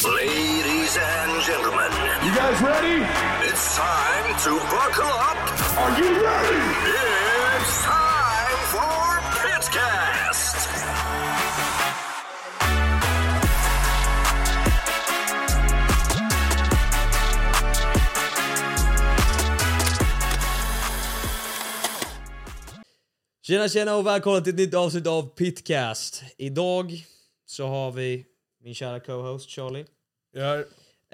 Ladies and gentlemen. You guys ready? It's time to buckle up. Are you ready? It's time for Pitcast. Tjena och välkomna till ett nytt avsnitt av Pitcast. Idag så har vi min kära co-host Charlie. Ja.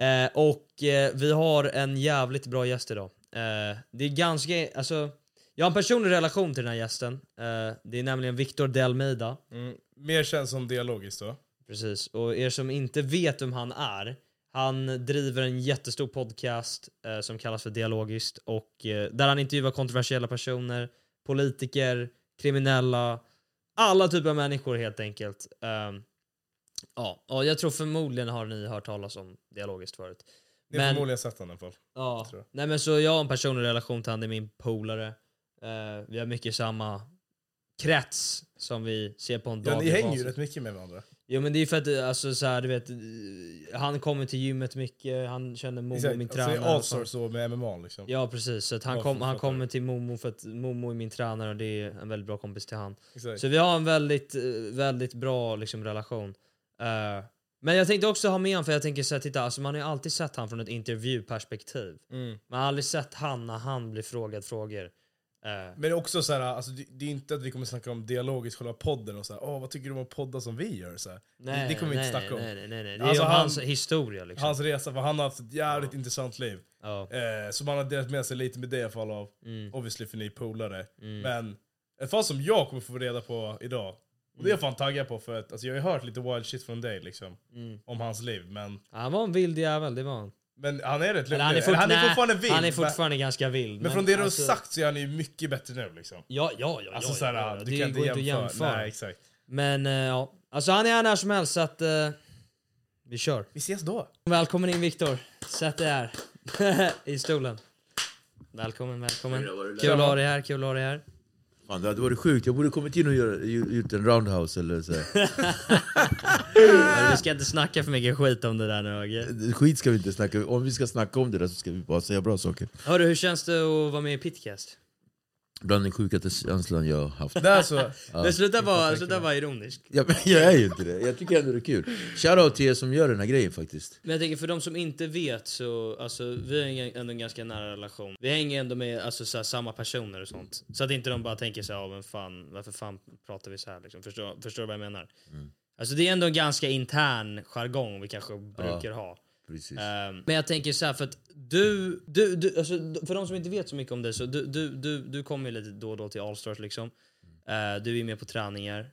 Vi har en jävligt bra gäst idag. Det är ganska, alltså, jag har en personlig relation till den här gästen. Det är nämligen Victor de Almeida. Mer känns som dialogiskt då. Precis, och er som inte vet vem han är, han driver en jättestor podcast som kallas för Dialogiskt, och där han intervjuar kontroversiella personer, politiker, kriminella, alla typer av människor helt enkelt. Ja, jag tror förmodligen har ni hört talas om Dialogiskt förut. Ni har förmodligen sett han i alla fall. Ja, nej men så jag har en personlig relation till han, det är min polare. Vi har mycket samma krets som vi ser på en dag. Ja, ni hänger ju rätt mycket med varandra. Jo, men det är för att, alltså så här, du vet, han kommer till gymmet mycket, han känner Momo, min tränare. Alltså all så med MMA liksom. Ja, precis. Så att han kommer till Momo för att Momo är min tränare och det är en väldigt bra kompis till han. Exakt. Så vi har en väldigt bra liksom relation. Men jag tänkte också ha med honom, för jag tänker så här, titta, alltså man har ju alltid sett han från ett intervjuperspektiv. Man har aldrig sett han när han blir frågad frågor. Men det är också så här, alltså, det är inte att vi kommer snacka om dialogiskt själva podden och så här, vad tycker du om poddar som vi gör så här. Nej, det kommer vi inte snacka om. Nej. Det är alltså om hans historia liksom. Hans resa, för han har haft ett jävligt intressant liv. Ja. Så man har delat med sig lite med det i alla fall av, obviously för ni polare. Men ett fall som jag kommer få reda på idag, och det är jag fan taggad på, för att alltså, jag har ju hört lite wild shit från dig liksom, om hans liv, men Han var en vild jävel, det var han. men han är rätt lugn. Han är fortfarande vild. Han är fortfarande ganska vild. Men från det alltså, du har sagt så är han ju mycket bättre nu liksom. Ja. Alltså såhär, du det kan går inte inte att jämföra. Nej, exakt. Men ja, alltså han är här när som helst, så att vi kör. Vi ses då. Välkommen in Victor. Sätt dig här i stolen. Välkommen. Kul att ha dig här. Fan, det hade varit sjukt. Jag borde kommit in och gjort en roundhouse eller så. Du ska inte snacka för mycket skit om det där nu, okay? Skit ska vi inte snacka. Om vi ska snacka om det där så ska vi bara säga bra saker. Hörru, hur känns det att vara med i Pitcast? Bland den sjukaste känslan jag har haft. Det är så. Men sluta vara ironisk. Ja, men jag är ju inte det. Jag tycker ändå det är kul. Shoutout till er som gör den här grejen faktiskt. Men jag tänker, för de som inte vet, så alltså, vi har ändå en ganska nära relation. Vi hänger ändå med, alltså, så här, samma personer och sånt. Så att inte de bara tänker så här, varför fan pratar vi så här liksom? Förstår du vad jag menar? Alltså det är ändå en ganska intern jargong vi kanske brukar ha. Precis. Men jag tänker så här, för att du alltså, för de som inte vet så mycket om det, så du kommer ju lite då och då till Allstars liksom. Du är med på träningar.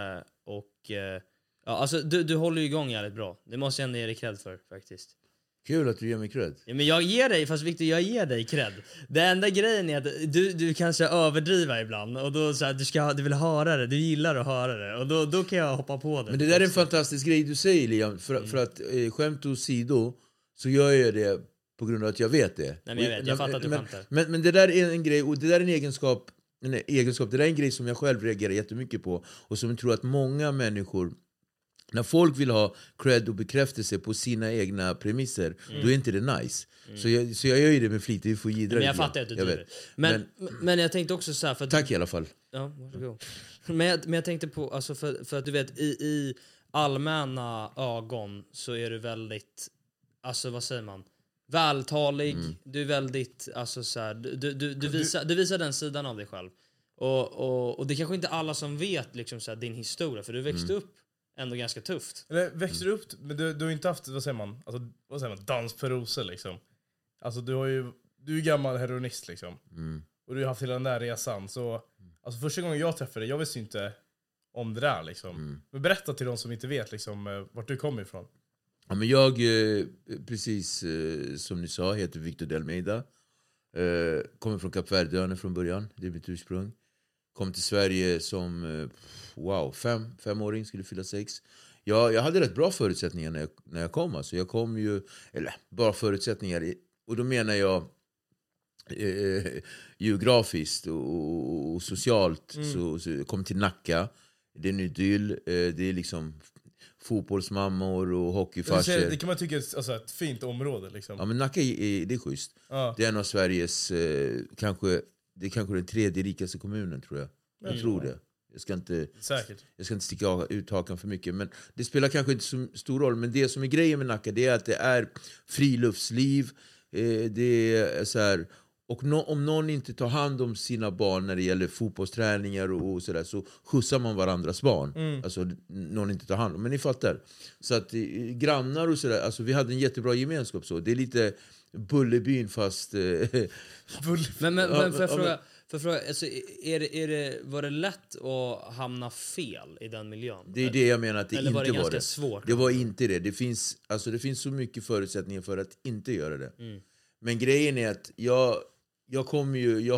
Ja, alltså du håller ju igång jävligt bra. Det måste jag ändå ge dig cred för faktiskt. Kul att du ger mig cred. Ja, men jag ger dig, fast Victor, jag ger dig cred. Det enda grejen är att du kanske överdriva ibland, och då så här, du vill höra det, du gillar att höra det, och då kan jag hoppa på det. Men det där är en fantastisk grej du säger, Liam. För att skämt åsido så gör jag det på grund av att jag vet det. Nej, men jag fattar att du skämtar. Men det där är en grej, och det där är en egenskap. Det där är en grej som jag själv reagerar jättemycket på, och som jag tror att många människor, när folk vill ha cred och bekräftelse på sina egna premisser, då är inte det nice. Så jag gör ju det med flit, vi får gidra. Men jag fattar att du driver. Men jag tänkte också så här, för att tack i alla fall. Ja, varsågod. Men jag tänkte på, alltså för att du vet, i allmänna ögon så är du väldigt, alltså vad säger man, vältalig. Du är väldigt, alltså så här, du visar den sidan av dig själv. Och det är kanske inte alla som vet liksom så här, din historia, för du växte upp ändå ganska tufft. Eller växer upp, men du har inte haft, vad säger man, dans för rosor liksom. Alltså du är gammal heroinist liksom. Och du har haft hela den där resan, så alltså första gången jag träffade dig, jag visste ju inte om det där liksom. Men berätta till de som inte vet liksom vart du kommer ifrån. Ja, men jag, precis som ni sa, heter Victor de Almeida. Kommer från Kap Verdeöarna från början, det är mitt ursprung. Kom till Sverige som, femåring, skulle fylla 6. Jag hade rätt bra förutsättningar när jag kom. Alltså jag kom ju, eller bra förutsättningar, och då menar jag geografiskt och socialt. Så jag kom till Nacka, det är en idyll, det är liksom fotbollsmammor och hockeyfarsor. Det kan man tycka är alltså, ett fint område liksom. Ja, men Nacka det är schysst. Ja. Det är en av Sveriges, kanske den tredje rikaste kommunen, tror jag. Jag tror det. Jag ska inte sticka ut hakan för mycket. Men det spelar kanske inte så stor roll. Men det som är grejen med Nacka, det är att det är friluftsliv. Det är så här... Och om någon inte tar hand om sina barn när det gäller fotbollsträningar och sådär, så skjutsar man varandras barn. Alltså någon inte tar hand om. Men ni fattar. Så att grannar och sådär, alltså vi hade en jättebra gemenskap så. Det är lite Bullerbyn fast... Men för fråga, alltså, var det lätt att hamna fel i den miljön? Det är det jag menar att det eller inte var det. Ganska svårt? Det var inte det. Det finns så mycket förutsättningar för att inte göra det. Men grejen är att jag kommer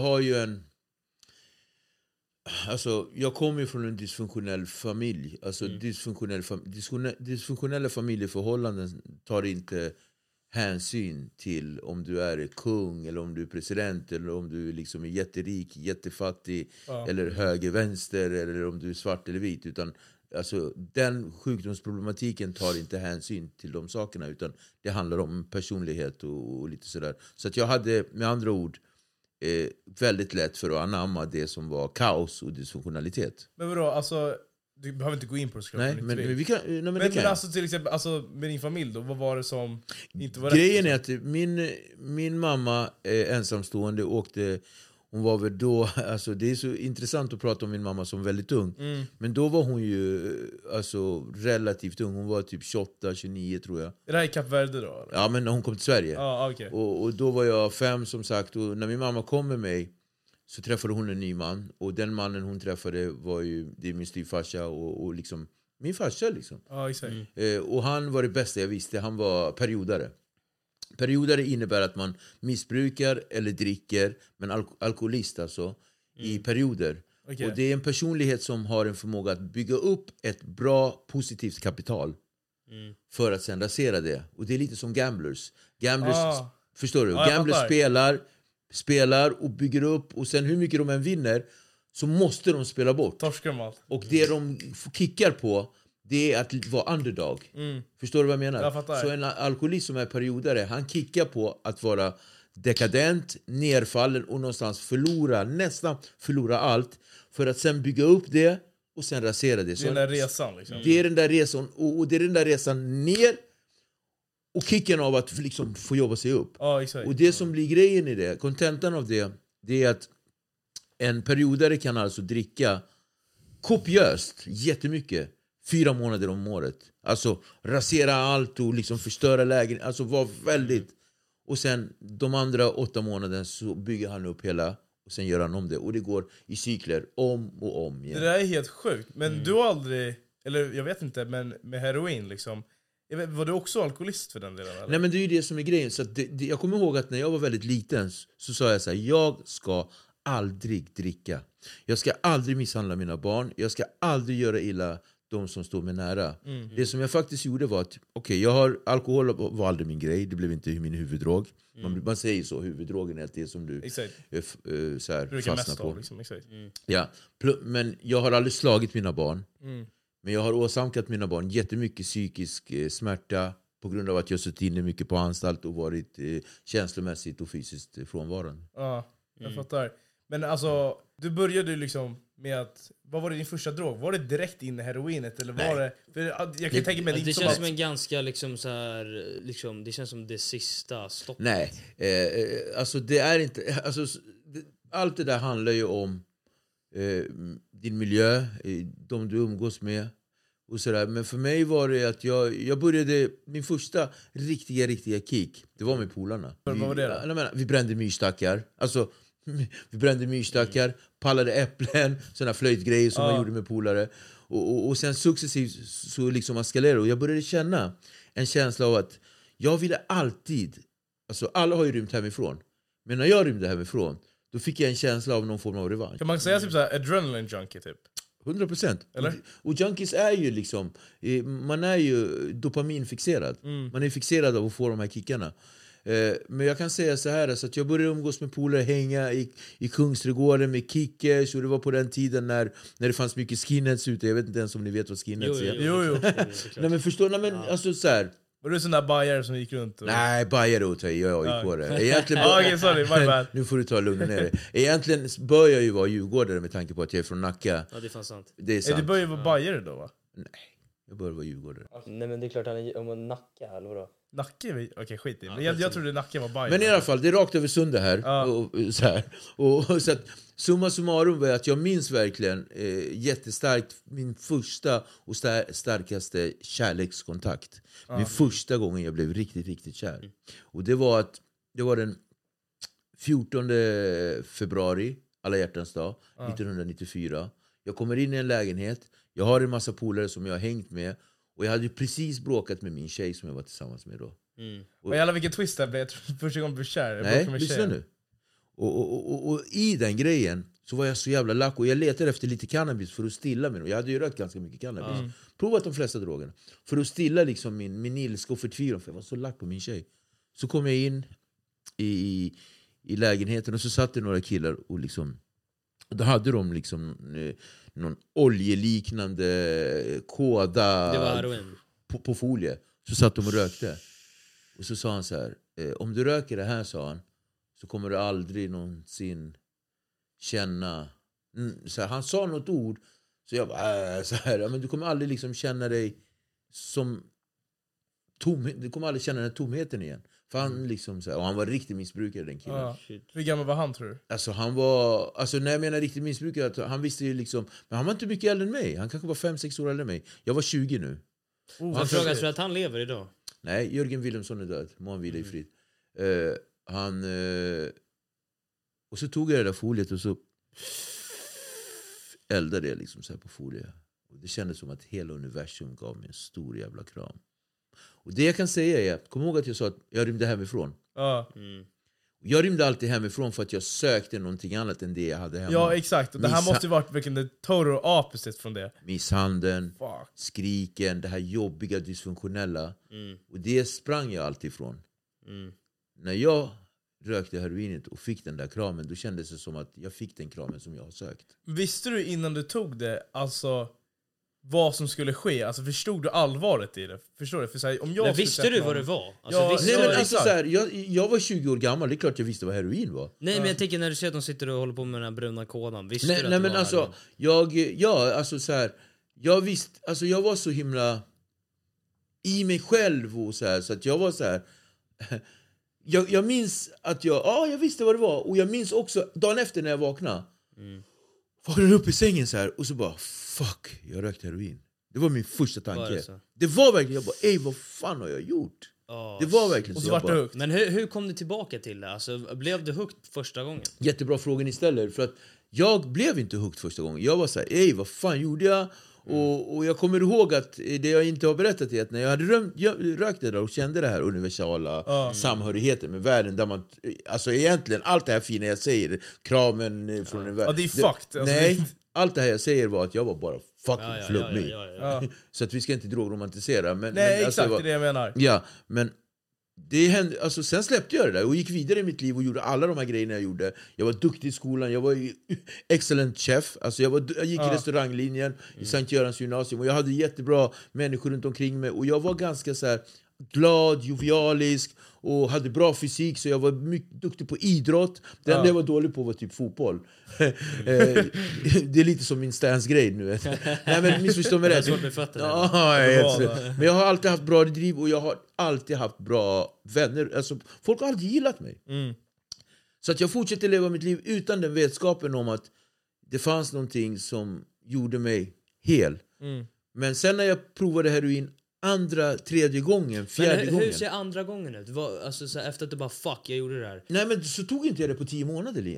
ju från en dysfunktionell familj. Alltså dysfunktionella familjeförhållanden tar inte hänsyn till om du är kung eller om du är president eller om du liksom är jätterik, jättefattig eller höger, vänster eller om du är svart eller vit, utan alltså den sjukdomsproblematiken tar inte hänsyn till de sakerna, utan det handlar om personlighet och lite sådär. Så att jag hade med andra ord väldigt lätt för att anamma det som var kaos och dysfunktionalitet. Men vadå, alltså du behöver inte gå in på det. Nej, men vi kan. Men alltså till exempel, alltså med din familj då, vad var det som inte var grejen rätt? Grejen är att min mamma ensamstående åkte. Hon var väl då, alltså det är så intressant att prata om min mamma som väldigt ung. Men då var hon ju alltså relativt ung. Hon var typ 28, 29 tror jag. Är det här i Kap Verde då? Eller? Ja, men när hon kom till Sverige. Okay. Och då var jag 5 som sagt. Och när min mamma kom med mig så träffade hon en ny man. Och den mannen hon träffade var ju, det är min styvfarsa och liksom min farsa liksom. Ja, exakt. Och han var det bästa jag visste. Han var periodare. Periodare innebär att man missbrukar eller dricker, men alkoholist alltså, i perioder. Okay. Och det är en personlighet som har en förmåga att bygga upp ett bra, positivt kapital för att sen rasera det. Och det är lite som gamblers. Förstår du? Gamblers spelar och bygger upp, och sen hur mycket de än vinner så måste de spela bort. Och det de kickar på, det är att vara underdog. Förstår du vad jag menar? Så en alkoholist som är periodare, han kickar på att vara dekadent, nerfallen och någonstans nästan förlora allt för att sen bygga upp det och sen rasera det. Det är den där resan liksom. Det är den där resan, och det är den där resan ner och kicken av att liksom få jobba sig upp. Och det som blir grejen i det, kontentan av det är att en periodare kan alltså dricka kopiöst, jättemycket, 4 månader om året. Alltså rasera allt och liksom förstöra lägen. Alltså var väldigt... Och sen de andra 8 månaderna så bygger han upp hela. Och sen gör han om det. Och det går i cykler om och om igen. Det där är helt sjukt. Men du har aldrig... Eller jag vet inte, men med heroin liksom... Var du också alkoholist för den delen? Eller? Nej, men det är ju det som är grejen. Så att jag kommer ihåg att när jag var väldigt liten så sa jag så här: jag ska aldrig dricka. Jag ska aldrig misshandla mina barn. Jag ska aldrig göra illa de som står mig nära. Det som jag faktiskt gjorde var att alkohol var aldrig min grej. Det blev inte min huvuddrog. Man säger så, huvuddrogen är att det som du så här, fastnar på. Liksom, ja. Men jag har aldrig slagit mina barn. Men jag har åsamkat mina barn jättemycket psykisk smärta på grund av att jag suttit inne mycket på anstalt och varit känslomässigt och fysiskt frånvarande. Ja, jag fattar. Men alltså, du började liksom med att... Vad var det din första drog? Var det direkt in i heroinet? Eller var det... För jag kan tänka mig... Det känns som en ganska liksom så här... Liksom, det känns som det sista stoppet. Nej, alltså det är inte... Alltså, allt det där handlar ju om din miljö, de du umgås med och sådär. Men för mig var det att jag började... Min första riktiga kick, det var med polarna. Vad var det då? Vi brände myrstackar. Alltså... Vi brände myrstackar, pallade äpplen, såna flöjtgrejer som man gjorde med polare. Och sen successivt så liksom eskalerade. Och jag började känna en känsla av att jag ville alltid... Alltså alla har ju rymt hemifrån. Men när jag rymde hemifrån, då fick jag en känsla av någon form av revansch. Kan man säga typ såhär adrenaline junkie typ? 100%. Eller? Och junkies är ju liksom... Man är ju dopaminfixerad. Man är fixerad av att få de här kickarna. Men jag kan säga så här, alltså, att jag började umgås med polare, hänga i Kungsträdgården med kickers, och det var på den tiden när det fanns mycket skinheads ute. Jag vet inte ens om ni vet vad skinheads är. Jo. Nej men förstå, alltså så här. Var du sån där bajare som gick runt? Och... Nej, bajare och jag gick på det. Egentligen Okej, sorry, my bad. nu får du ta lugna ner dig. Egentligen bör jag ju vara djurgårdare med tanke på att jag är från Nacka. Ja, det är fan sant. Det är sant. Du börjar ju vara bajare då, va? Nej, jag bör vara djurgårdare. Nej men det är klart han är om en Nacka eller vadå? Nacke? Okej, skit i. Men jag trodde Nacke var bajare. Men i alla fall, det är rakt över sundet här. Ja. Och så här. Och så att, summa summarum var att jag minns verkligen jättestarkt min första och starkaste kärlekskontakt. Min första gången jag blev riktigt, riktigt kär. Och det var den 14 februari, alla hjärtans dag, 1994. Jag kommer in i en lägenhet. Jag har en massa polare som jag har hängt med. Och jag hade ju precis bråkat med min tjej som jag var tillsammans med då. Men jävlar vilken twist det blev. Jag tror första gången du blev kär. Nej, lyssna nu. Och i den grejen så var jag så jävla lack. Och jag letade efter lite cannabis för att stilla mig. Och jag hade ju rökt ganska mycket cannabis. Provat de flesta drogerna. För att stilla liksom min ilska och förtvivlan. För jag var så lack på min tjej. Så kom jag in i lägenheten. Och så satt det några killar och liksom... Då hade de liksom någon oljeliknande kåda. Det var heroin. På folie. Så satt de och rökte. Och så sa han så här: om du röker det här, sa han, så kommer du aldrig någonsin känna... Så här, han sa något ord. Så jag bara, så här, men du kommer aldrig liksom känna dig som tomhet. Du kommer aldrig känna den tomheten igen. För han liksom så här, och han var riktigt missbrukare, den killen. Ja. Hur gammal var han, tror du? Alltså han var, alltså när jag menar riktigt missbrukare, att han visste ju liksom, men han var inte mycket äldre än mig. Han kanske var 5-6 år äldre än mig. Jag var 20 nu. Han frågar för att han lever idag. Nej, Jörgen Wilhelmsson är död. Må han vila i frid. Och så tog jag det där foliet och så eldade jag liksom så här på folie. Och det kändes som att hela universum gav mig en stor jävla kram. Och det jag kan säga är, kom ihåg att jag sa att jag rymde hemifrån. Ja. Jag rymde alltid hemifrån för att jag sökte någonting annat än det jag hade hemma. Ja, exakt. Och det här måste ju varit verkligen the total opposite från det. Misshandeln, Fuck. skriken, det här jobbiga, dysfunktionella. Och det sprang jag alltid ifrån. När jag rökte heroinet och fick den där kramen, då kändes det som att jag fick den kramen som jag har sökt. Visste du innan du tog det, alltså vad som skulle ske? Alltså förstod du allvaret i det? Förstår du? För så här, om jag men visste du vad det var? Alltså, Ja, visste Nej, du... men alltså, så här, jag var 20 år gammal, det är klart jag visste vad heroin var. Nej, men jag tänker när du säger att de sitter och håller på med den här bruna kodan. Visste du att Nej det men var alltså, heroin? alltså så här, jag visste, alltså jag var så himla i mig själv och så att jag var så här. Jag minns att jag visste vad det var. Och jag minns också, dagen efter när jag vaknade, vaknade upp i sängen så här, och så bara, fuck, jag rökte heroin. Det var min första tanke. Det var verkligen, jag bara, vad fan har jag gjort? Det var verkligen och så. så vart du hooked. Men hur kom du tillbaka till det? Alltså, blev du hooked första gången? Jättebra fråga ni ställer. För att jag blev inte hooked första gången. Jag var så här, vad fan gjorde jag? Och jag kommer ihåg att det jag inte har berättat är att när jag hade rökt det där och kände det här universala samhörigheten med världen, där man, alltså egentligen allt det här fina jag säger, kramen från en värld. Ja, det är fucked. Alltså, nej, allt det här jag säger var att jag var bara fucking flummig. Ja. Så att vi ska inte drogromantisera. Men Nej, alltså, exakt, det är det jag menar. Ja, men det hände, alltså, sen släppte jag det där och gick vidare i mitt liv och gjorde alla de här grejerna jag gjorde. Jag var duktig i skolan, jag var excellent chef. Alltså jag gick i restauranglinjen i Sankt Görans gymnasium och jag hade jättebra människor runt omkring mig. Och jag var ganska så här glad, jovialisk och hade bra fysik, så jag var mycket duktig på idrott. Det enda jag var dålig på var typ fotboll. Det är lite som min stance-grej nu. Nej, men missförstå mig rätt. Men jag har alltid haft bra driv och jag har alltid haft bra vänner. Alltså, folk har alltid gillat mig. Så att jag fortsätter leva mitt liv utan den vetskapen om att det fanns någonting som gjorde mig hel. Men sen när jag provade heroin andra, tredje gången, fjärde gången. Hur ser andra gången ut? Alltså, så här, efter att du bara, fuck, jag gjorde det här. Nej, men så tog inte jag det på 10 månader, Liam.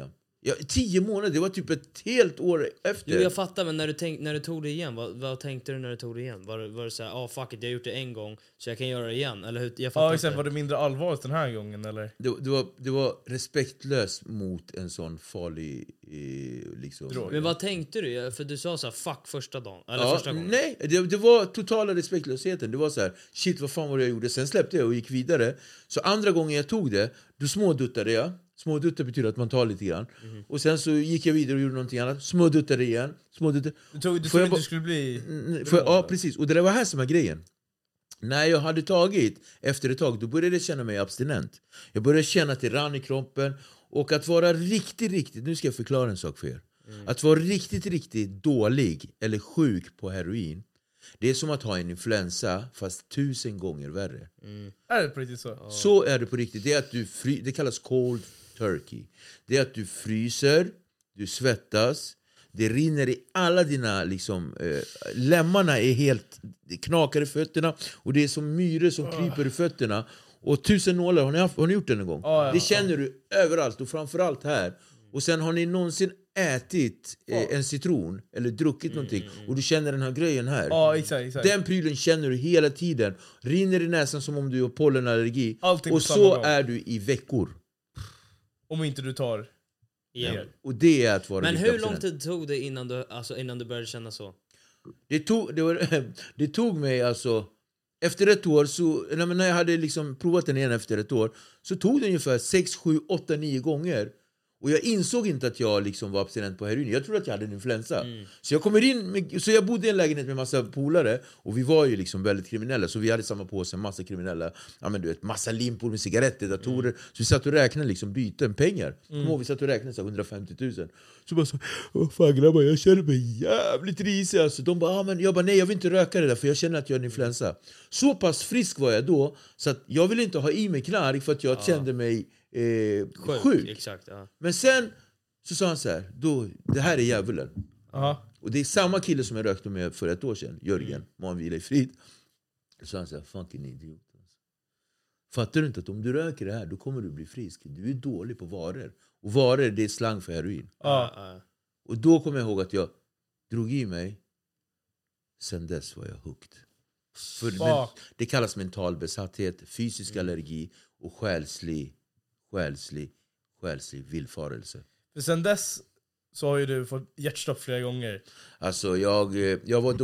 Ja, 10 månader, det var typ ett helt år efter. Jo, jag fattar, men när du tog det igen, vad tänkte du när du tog det igen? Var det såhär, fuck it, jag har gjort det en gång så jag kan göra det igen? Eller hur? Jag fattar exakt, inte. var det mindre allvarligt den här gången eller? Det var respektlöst mot en sån farlig liksom. Drog. Men vad tänkte du? För du sa såhär, fuck första dagen. Eller första gången. Nej, det var totala respektlösheten. Det var så här, shit vad fan var det jag gjorde? Sen släppte jag och gick vidare. Så andra gången jag tog det, då småduttade jag. Smådutta betyder att man tar lite grann. Och sen så gick jag vidare och gjorde någonting annat. Småduttade igen. Småduttade. Du trodde inte du skulle bli... Ja, precis. Och det var här som är grejen. När jag hade tagit efter ett tag, då började jag känna mig abstinent. Jag började känna att det rann i kroppen. Och att vara riktigt, nu ska jag förklara en sak för er. Att vara riktigt dålig eller sjuk på heroin, det är som att ha en influensa fast 1000 gånger värre. Är det på riktigt så? Så är det på riktigt. Det är att det kallas cold turkey. Det är att du fryser, du svettas, det rinner i alla dina liksom, lemmarna är helt, det knakar i fötterna och det är som myror som kryper i fötterna. Och 1000 nålar, har ni gjort det någon gång? Det känner du överallt och framförallt här. Och sen har ni någonsin ätit en citron eller druckit någonting och du känner den här grejen här. Ja, exakt. Den prylen känner du hela tiden. Rinner i näsan som om du har pollenallergi. Allting och på samma så gång. är du i veckor. Om inte du tar... Igen. Och det är att vara Men riktigt hur lång abstinent. tid tog det innan du började känna så? Det tog mig alltså... Efter ett år, så, när jag hade liksom provat den igen efter ett år, så tog det ungefär 6, 7, 8, 9 gånger. Och jag insåg inte att jag liksom var abstinent på heroin. Jag trodde att jag hade en influensa. Så jag kommer in så jag bodde i en lägenhet med massa polare. Och vi var ju liksom väldigt kriminella. Så vi hade samma på oss, en massa kriminella. Ja, men du vet, massa limpor med cigaretter, datorer. Så vi satt och räknade liksom byten, pengar. Kom ihåg, vi satt och räknade så 150 000. Så bara så, fan grabbar, jag känner mig jävligt risig. Alltså, de bara, men jag bara, nej jag vill inte röka det där för jag känner att jag har en influensa. Så pass frisk var jag då. Så att jag ville inte ha i mig knark för att jag kände mig sjuk. Exakt, ja. Men sen så sa han så här, det här är djävulen. Och det är samma kille som jag rökte med för ett år sedan, Jörgen, må han vila i frid. Så sa han så här, fucking idiot. Fattar du inte att om du röker det här, då kommer du bli frisk. Du är dålig på varor. Och varor, det är slang för heroin. Och då kommer jag ihåg att jag drog i mig. Sen dess var jag hooked. För det kallas mental besatthet, fysisk allergi och själslig villfarelse. För sen dess så har ju du fått hjärtstopp flera gånger. Alltså jag var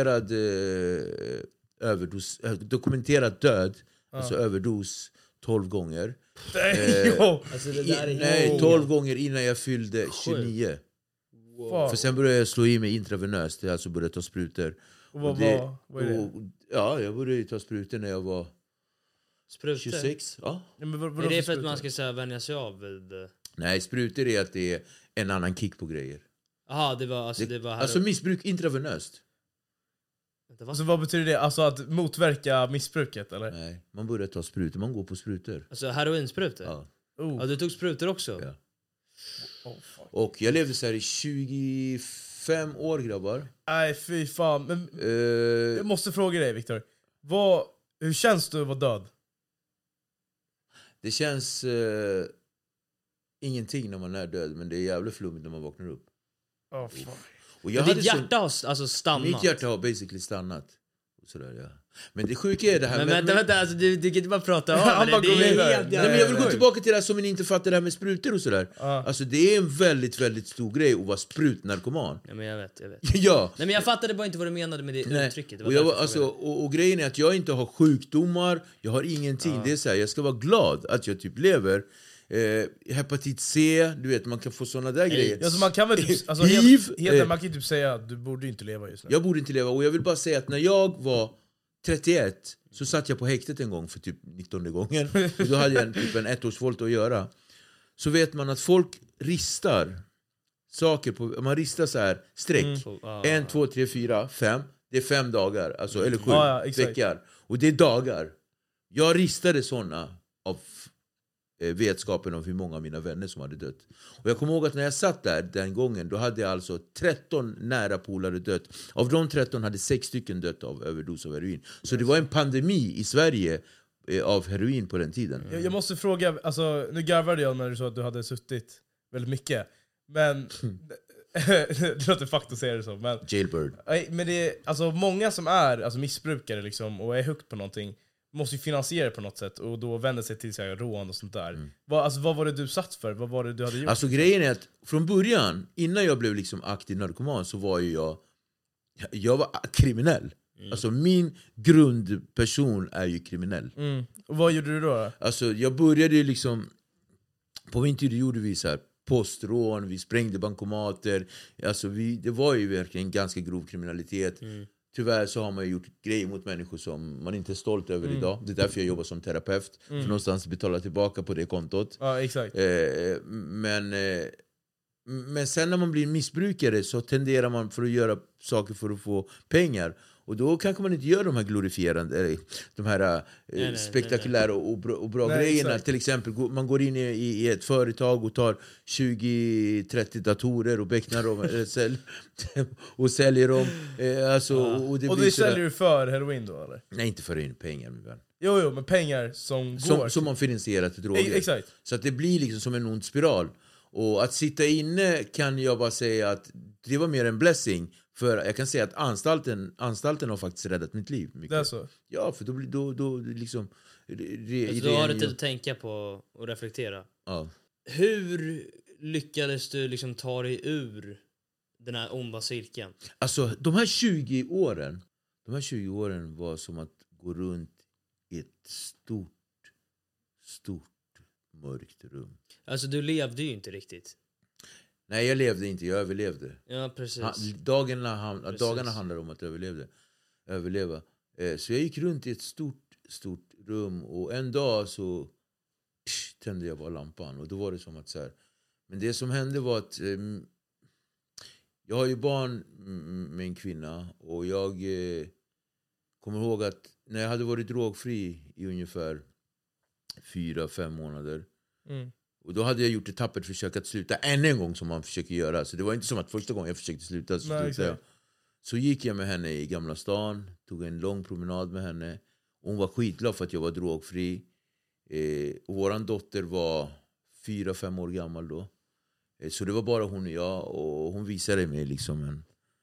dokumenterad död, alltså överdos 12 gånger. Alltså det där är 12 gånger innan jag fyllde 29. Wow. För sen började jag slå i mig intravenöst, det alltså började ta sprutor. Och vad är det? Ja, jag började ta sprutor när jag var sprutor. 26. Ja. Ja, men Är det för att man ska säga vänja sig av vid... Nej, sprutor är att det är en annan kick på grejer. Jaha, det var här... Alltså missbruk intravenöst. Alltså vad betyder det? Alltså att motverka missbruket eller? Nej, man börjar ta sprutor, man går på sprutor. Alltså heroinsprutor? Ja. Ja, du tog sprutor också? Ja. Och jag levde så här i 25 år, grabbar. Nej, fy fan. Men jag måste fråga dig, Viktor. Hur känns det att vara död? Det känns ingenting när man är död, men det är jävligt flummigt när man vaknar upp. Fan. Och jag Men ditt hade hjärta har alltså stannat? Mitt hjärta har basically stannat. Sådär, ja. Men det sjuka är det här... Men vänta, alltså, du kan inte bara prata om Han det. bara Det går är vidare. helt Nej, men jag vill gå tillbaka till det här som ni inte fattar, det här med sprutor och sådär. Alltså det är en väldigt, väldigt stor grej att vara sprutnarkoman. Ja, men jag vet. Ja. Nej, men jag fattade bara inte vad du menade med det uttrycket. Det var Och, därför jag frågade. och grejen är att jag inte har sjukdomar, jag har ingenting. Det är så här, jag ska vara glad att jag typ lever. Hepatit C, du vet, man kan få såna där grejer. Alltså man kan väl typ, alltså, HIV, man kan ju typ säga att du borde inte leva just nu. Jag borde inte leva, och jag vill bara säga att när jag var 31 så satt jag på häktet en gång för typ 19:e gången. Och då hade jag typ en ettårsvolt att göra. Så vet man att folk ristar saker på, man ristar så här streck. 1, 2, 3, 4, 5. Det är 5 dagar, alltså, eller 7 veckor. Och det är dagar. Jag ristade såna av vetskapen om hur många av mina vänner som hade dött. Och jag kommer ihåg att när jag satt där den gången, då hade jag alltså 13 nära polare dött. Av de 13 hade 6 stycken dött av överdos av heroin. Så det var en pandemi i Sverige av heroin på den tiden. Jag måste fråga, alltså, nu garvade jag när du sa att du hade suttit väldigt mycket. Men det låter fucked att säga det så, men Jailbird. men det är alltså många som är alltså missbrukare liksom och är hooked på någonting måste ju finansiera det på något sätt och då vänder sig till så här, rån och sånt där. Vad var det du satt för? Vad var det du hade gjort? Alltså grejen är att från början, innan jag blev liksom aktiv narkoman, så var ju jag var kriminell. Alltså min grundperson är ju kriminell. Och vad gjorde du då? Alltså jag började ju liksom, på min tid gjorde vi så här postrån, vi sprängde bankomater. Alltså det var ju verkligen ganska grov kriminalitet. Tyvärr så har man ju gjort grejer mot människor som man inte är stolt över idag. Det är därför jag jobbar som terapeut. För någonstans betala tillbaka på det kontot. Ja, exakt. Men sen när man blir missbrukare så tenderar man för att göra saker för att få pengar. Och då kanske man inte gör de här glorifierande, de här spektakulära och bra grejerna. Exakt. Till exempel, man går in i ett företag och tar 20-30 datorer och becknar dem och säljer dem. Och det säljer du för heroin då, eller? Nej, inte för in pengar, min vän. Jo, men pengar som går... Som man finansierar till droger. Exakt. Så att det blir liksom som en ond spiral. Och att sitta inne kan jag bara säga att det var mer en blessing. För jag kan säga att anstalten har faktiskt räddat mitt liv. Mycket. Det är så? Ja, för då liksom... Då har du tid att tänka på och reflektera. Ja. Hur lyckades du liksom ta dig ur den här onda cirkeln? Alltså, de här 20 åren var som att gå runt i ett stort mörkt rum. Alltså du levde ju inte riktigt. Nej, jag levde inte, jag överlevde. Ja, precis. Dagarna handlar om att överleva. Så jag gick runt i ett stort rum och en dag så tände jag bara lampan. Och då var det som att så här. Men det som hände var att jag har ju barn med en kvinna och jag kommer ihåg att när jag hade varit drogfri i ungefär 4-5 månader. Och då hade jag gjort ett tappert försök att sluta än en gång som man försöker göra. Så det var inte som att första gången jag försökte sluta så slutade jag. Så gick jag med henne i Gamla stan, tog en lång promenad med henne. Och hon var skitglad för att jag var drogfri. Och våran dotter var 4-5 år gammal då. Så det var bara hon och jag. Och hon visade mig liksom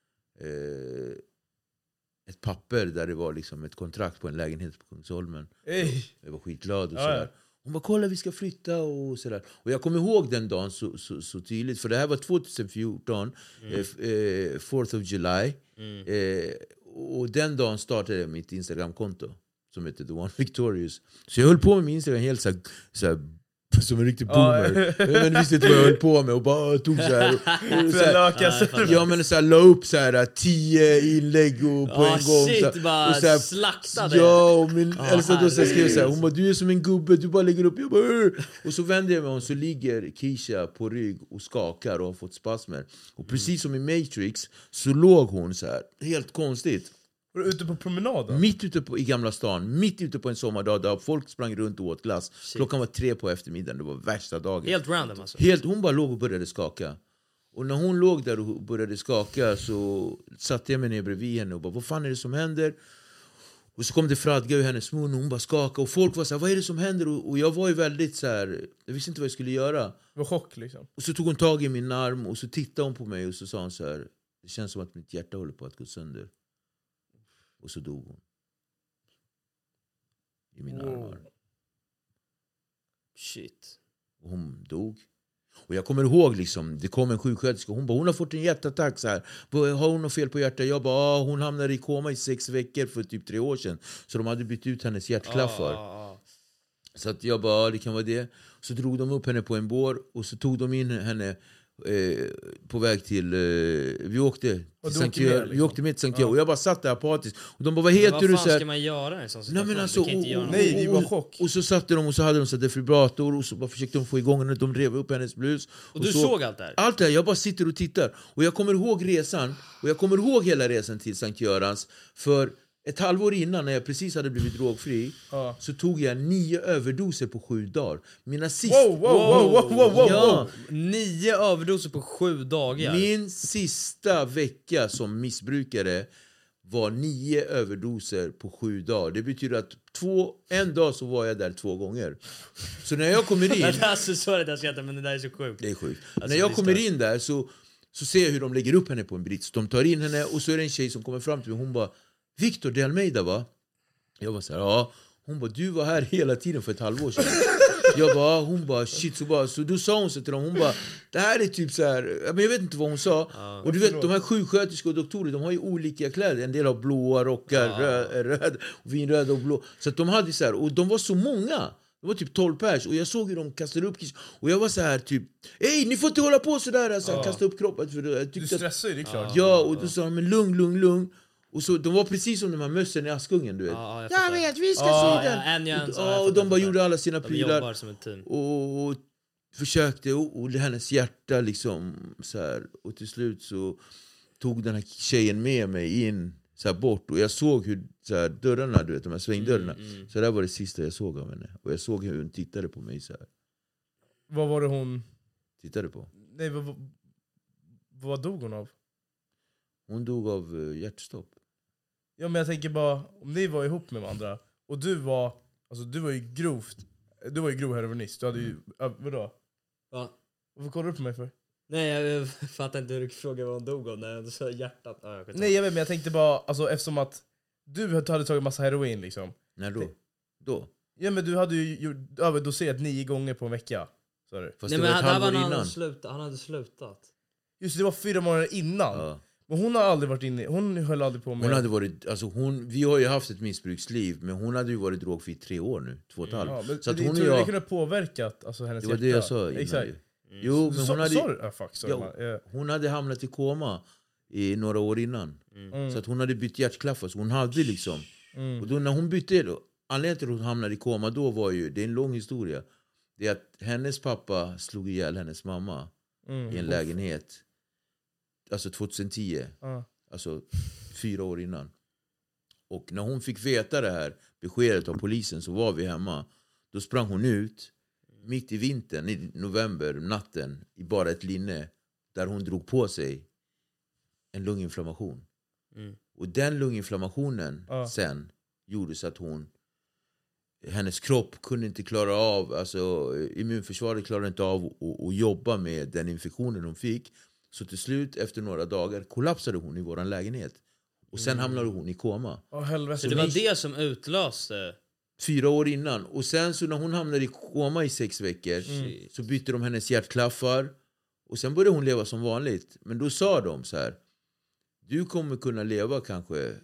ett papper där det var liksom ett kontrakt på en lägenhet på Kungsholmen. Jag var skitglad och sådär. Hon bara, kolla vi ska flytta och sådär. Och jag kommer ihåg den dagen så tydligt. För det här var 2014, 4th of July. Och den dagen startade jag mitt Instagram-konto som heter The One Victorious. Så jag höll på med min Instagram helt så här som en riktig boomer. Men visste inte vad jag höll på med och bara tog så här. Ja, men så här la upp så här 10 inlägg och på en gång shit, så bara och så här, slaktade. Ja, och min äldsta då skrev så här, hon bara, du är som en gubbe, du bara lägger upp. Jag bara, och så vänder jag mig och så ligger Keisha på rygg och skakar och har fått spasmer. Och precis som i Matrix så låg hon så här helt konstigt. Var du ute på promenaden? Mitt ute i Gamla stan, mitt ute på en sommardag där folk sprang runt och åt glass. Klockan var 3 på eftermiddagen, det var värsta dagen. Helt random alltså. Hon bara låg och började skaka. Och när hon låg där och började skaka så satte jag mig ner bredvid henne och bara, vad fan är det som händer? Och så kom det fradga ur hennes mun och hon bara skakade. Och folk var så här, vad är det som händer? Och jag var ju väldigt så här, jag visste inte vad jag skulle göra. Det var chock liksom. Och så tog hon tag i min arm och så tittade hon på mig och så sa hon så här, det känns som att mitt hjärta håller på att gå sönder. Och så dog hon. I mina armar. Shit. Och hon dog. Och jag kommer ihåg liksom, det kom en sjuksköterska. Hon bara, hon har fått en hjärtattack så här. Har hon något fel på hjärtat? Jag bara, hon hamnade i koma i 6 veckor för typ 3 år sedan. Så de hade bytt ut hennes hjärtklaffar. Så att jag bara, det kan vara det. Så drog de upp henne på en bår. Och så tog de in henne på väg till vi åkte till Sankt Jörgen, vi åkte med till Sankt Jörgen och jag bara satt där apatiskt och de bara, vad heter du så här? Ska man göra en sån situation? Nej, men alltså, det var chock. Och så satte de och så hade de så defibrillator och så bara försökte de få igång henne, de rev upp hennes blus och du såg allt det här? Allt det här, jag bara sitter och tittar och jag kommer ihåg resan och jag kommer ihåg hela resan till Sankt Görans för ett halvår innan när jag precis hade blivit drogfri så tog jag 9 överdoser på 7 dagar. Mina sista... Wow. Ja. 9 överdoser på 7 dagar. Min sista vecka som missbrukare var 9 överdoser på 7 dagar. Det betyder att en dag så var jag där 2 gånger. Så när jag kommer in... Alltså, sorry, jag skrattar, men det där är så sjukt. Det är sjukt. Alltså, När jag kommer in där så ser jag hur de lägger upp henne på en brits. De tar in henne och så är det en tjej som kommer fram till mig. Hon bara, Victor de Almeida, va? Jag var så här, ja. Hon bara, du var här hela tiden för ett halvår sedan. Jag bara, hon bara, shit. Så då sa hon så till dem, hon bara, det här är typ så här, men jag vet inte vad hon sa. Och du vet, de här sjuksköterskor och doktorer, de har ju olika kläder. En del har blåa rockar, röd, vinröda och blå. Så att de hade så här, och de var så många. Det var typ 12 pers och jag såg hur de kastade upp kiss. Och jag var så här typ, hej, ni får inte hålla på sådär, alltså, kasta upp kroppen. För jag Du stressar ju, det är klart. Ja, och då sa de, men lugn. Och så, de var precis som de här mössen i Askungen, du vet. Jag vet, vi ska se den. Och de bara gjorde alla sina prylar. Jobbar som ett team. Och försökte, och hennes hjärta liksom så här. Och till slut så tog den här tjejen med mig in så här bort. Och jag såg hur så här, dörrarna, du vet, de här svängdörrarna. Så det var det sista jag såg av henne. Och jag såg hur hon tittade på mig så här. Vad var det hon tittade på? Nej, vad dog hon av? Hon dog av hjärtstopp. Ja, men jag tänker bara, om ni var ihop med varandra och du var ju grov heroinist. Du hade ju, vadå? Va? Varför kollar du på mig för? Nej, jag fattar inte hur du frågar vad hon dog av när du sa hjärtat. Nej, jag vet, men jag tänkte bara, alltså, eftersom att du hade tagit massa heroin liksom. När då? Ja, men du hade ju överdoserat 9 gånger på en vecka. Sorry. Fast nej, det var ett halvår innan. Han hade slutat. Just det, var 4 månader innan. Ja. Men hon har aldrig varit inne, hon höll aldrig på med... Hon hade varit, alltså vi har ju haft ett missbruksliv, men hon hade ju varit drogfri i 3 år nu, 2,5. Ja, men så att hon hon tror och det kunde ha påverkat alltså, hennes hjärta. Det var det jag sa innan. Exakt. Jo, men hon hade... Hon hade hamnat i koma i några år innan. Så att hon hade bytt hjärtklaffar, så hon hade liksom... Och då när hon bytte, anledningen till att hon hamnade i koma då var ju, det är en lång historia. Det är att hennes pappa slog ihjäl hennes mamma i en lägenhet. Alltså 2010. Alltså 4 år innan. Och när hon fick veta det här beskedet av polisen, så var vi hemma. Då sprang hon ut mitt i vintern, i november, natten, i bara ett linne, där hon drog på sig en lunginflammation. Och den lunginflammationen sen gjorde så att hennes kropp kunde inte klara av, alltså immunförsvaret klarade inte av att jobba med den infektionen hon fick. Så till slut, efter några dagar, kollapsade hon i våran lägenhet. Och sen hamnade hon i koma. Så det var det som utlöste... 4 år innan. Och sen så när hon hamnade i koma i 6 veckor så bytte de hennes hjärtklaffar. Och sen började hon leva som vanligt. Men då sa de så här: du kommer kunna leva kanske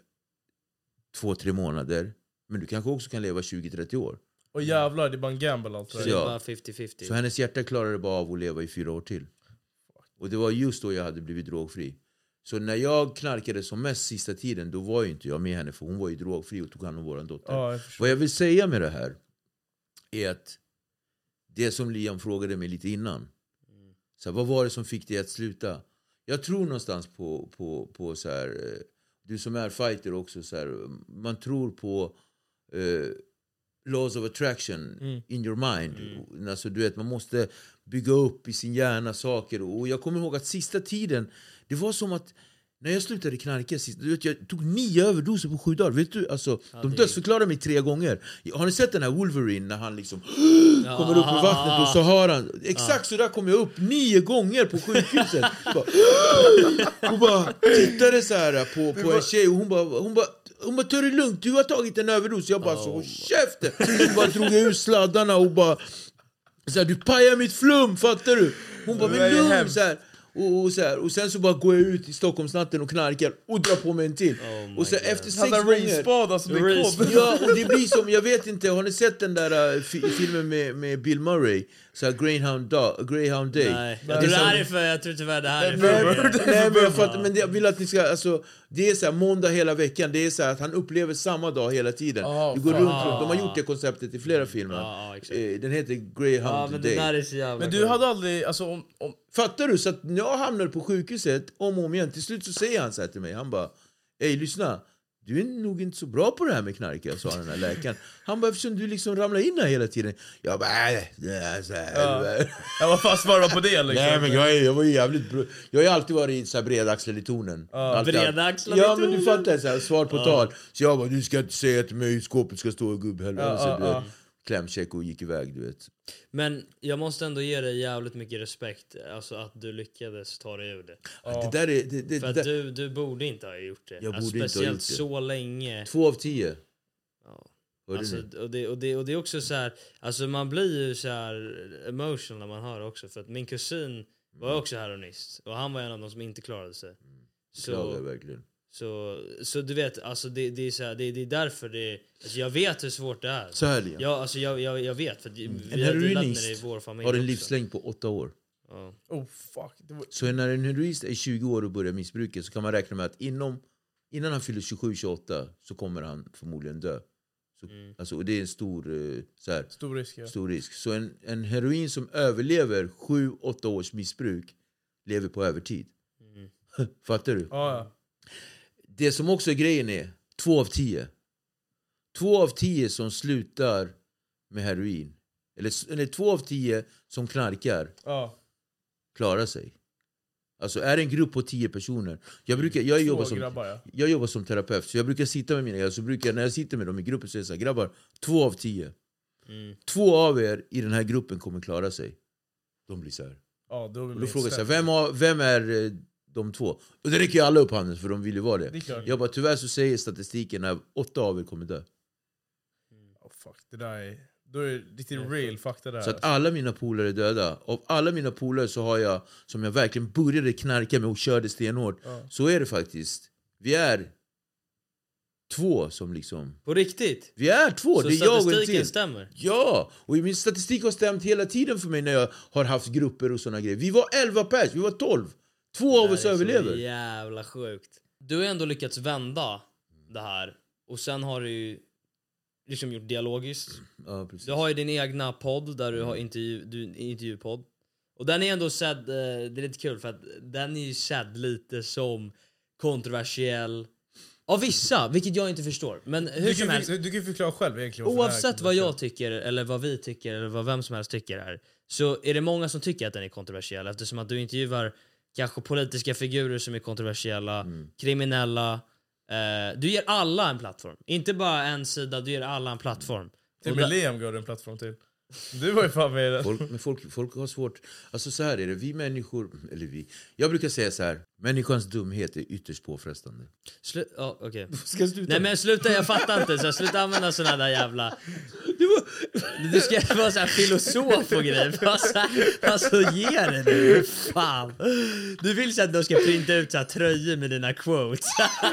2-3 månader. Men du kanske också kan leva 20-30 år. Och jävlar, det är bara en gamble alltså. Så det är bara 50-50. Så hennes hjärta klarade bara av att leva i 4 år till. Och det var just då jag hade blivit drogfri. Så när jag knarkade som mest sista tiden, då var ju inte jag med henne, för hon var ju drogfri och tog hand om våran dotter. Vad jag vill säga med det här är att det som Liam frågade mig lite innan. Så här, vad var det som fick dig att sluta? Jag tror någonstans på så här, du som är fighter också, så här, man tror på laws of attraction in your mind. Alltså, du vet, man måste bygga upp i sin hjärna saker. Och jag kommer ihåg att sista tiden, det var som att när jag slutade knarka sist, du vet, jag tog 9 överdoser på 7 dagar. Vet du, alltså, de dödsförklarade mig 3 gånger. Har ni sett den här Wolverine när han liksom kommer upp ur vattnet och så har han... Exakt så där kom jag upp 9 gånger på sjukhuset. Och bara tittade så här på en tjej och hon bara, ta det lugnt, du har tagit en överdos. Jag bara, så käften. Hon bara drog ur sladdarna och bara så här, du pajar mitt flum, fattar du? Hon bara, men lugn, så här. Och sen så bara går jag ut i Stockholmsnatten och knarkar och drar på mig en till. Och så efter 6 gånger... Ja, och det blir som, jag vet inte, har ni sett den där filmen med Bill Murray? Så här, Greyhound Day. Nej, jag tror tyvärr det här är Nej, men jag fattar, men jag vill att ni ska, alltså, det är så här, måndag hela veckan, det är så här att han upplever samma dag hela tiden. Du går runt, de har gjort det konceptet i flera filmer. Den heter Greyhound Day. Det där är så jävla men du hade aldrig, alltså om... Fattar du? Så att när jag hamnade på sjukhuset om och om igen, till slut så säger han så här till mig, han bara, ey, lyssna, du är nog inte så bra på det här med knarka, sa den här läkaren. Han bara, eftersom du liksom ramlar in här hela tiden. Jag bara, det är så här. Jag var fast bara på det liksom. Nej, men jag var ju jävligt bra. Jag har ju alltid varit så här bredaxlad i tonen. Bredaxlad i Ja, men tonen. du fattar, så här, svar på tal. Så jag bara, du ska inte säga till mig, skåpet ska stå i gubbhelvete. Klämcheck och gick iväg, du vet. Men jag måste ändå ge dig jävligt mycket respekt, alltså att du lyckades ta dig ur det. Det där är... För att du borde inte ha gjort det. Jag borde alltså, inte ha speciellt gjort det. så länge. 2 av 10. Ja. Hörde Alltså, ni? och det är också så här, alltså man blir ju så här emotional när man hör också, för att min kusin var också heroinist och han var en av de som inte klarade sig. Beklagar verkligen. Så du vet, alltså det är så här, det är därför det, alltså jag vet hur svårt det är. Så här, ja. Ja, alltså jag vet, för En vi har delat med det i heroinist vår familj har en också. livslängd på 8 år. Ja. Oh fuck. Det var... Så när en heroinist är 20 år och börjar missbruka, så kan man räkna med att innan han fyller 27-28 så kommer han förmodligen dö. Så, alltså, och det är en Stor risk, ja. stor risk. Så en heroin som överlever 7-8 års missbruk lever på övertid. Fattar du? Ja. Det som också är grejen är 2 av 10. 2 av 10 som slutar med heroin, eller 2 av 10 som knarkar, Ja. klarar sig. Alltså är det en grupp på 10 personer. Jag jobbar som terapeut, så jag brukar sitta med mina grabbar. När jag sitter med dem i gruppen så är det så här, grabbar, 2 av 10. 2 av er i den här gruppen kommer klara sig. De blir så här. Ja, Och då frågar jag så här, vem är de 2? Och det räcker ju alla upp handen, för de vill ju vara det. Det är klart. Jag bara, tyvärr så säger statistiken att 8 av er kommer dö. Oh, fuck. Det där är... Då är det lite real fakta där. Så att alla mina polare är döda. Av alla mina polare så har jag, som jag verkligen började knarka med och körde stenhårt, så är det faktiskt, vi är 2 som liksom... På riktigt? Vi är 2, Så det är jag och en statistiken till. stämmer? Ja, och min statistik har stämt hela tiden för mig när jag har haft grupper och såna grejer. Vi var 11 pers, vi var 12. 2 av oss överlever. Det är jävla sjukt. Du har ändå lyckats vända det här. Och sen har du ju liksom gjort dialogiskt. Ja, precis. Du har ju din egna podd där du har intervjupodd. Och den är ändå sedd, det är lite kul för att den är ju sedd lite som kontroversiell av vissa, vilket jag inte förstår. Men hur som helst, Du kan förklara själv egentligen. oavsett vad jag tycker eller vad vi tycker eller vad vem som helst tycker här, så är det många som tycker att den är kontroversiell, eftersom att du intervjuar kanske politiska figurer som är kontroversiella, kriminella. Du ger alla en plattform. Inte bara en sida, du ger alla en plattform. Till och med Liam gav en plattform till. Du var ju fan med i det. Folk har svårt. Alltså så här är det, vi människor, eller vi. Jag brukar säga så här, människans dumhet är ytterst påfrestande. Okej. Ska jag sluta? Nej men sluta, jag fattar inte. Så sluta använda såna där jävla... Du ska vara så här filosof och grejer. Alltså ge det nu. Fan. Du vill så att de ska printa ut så här tröjor med dina quotes.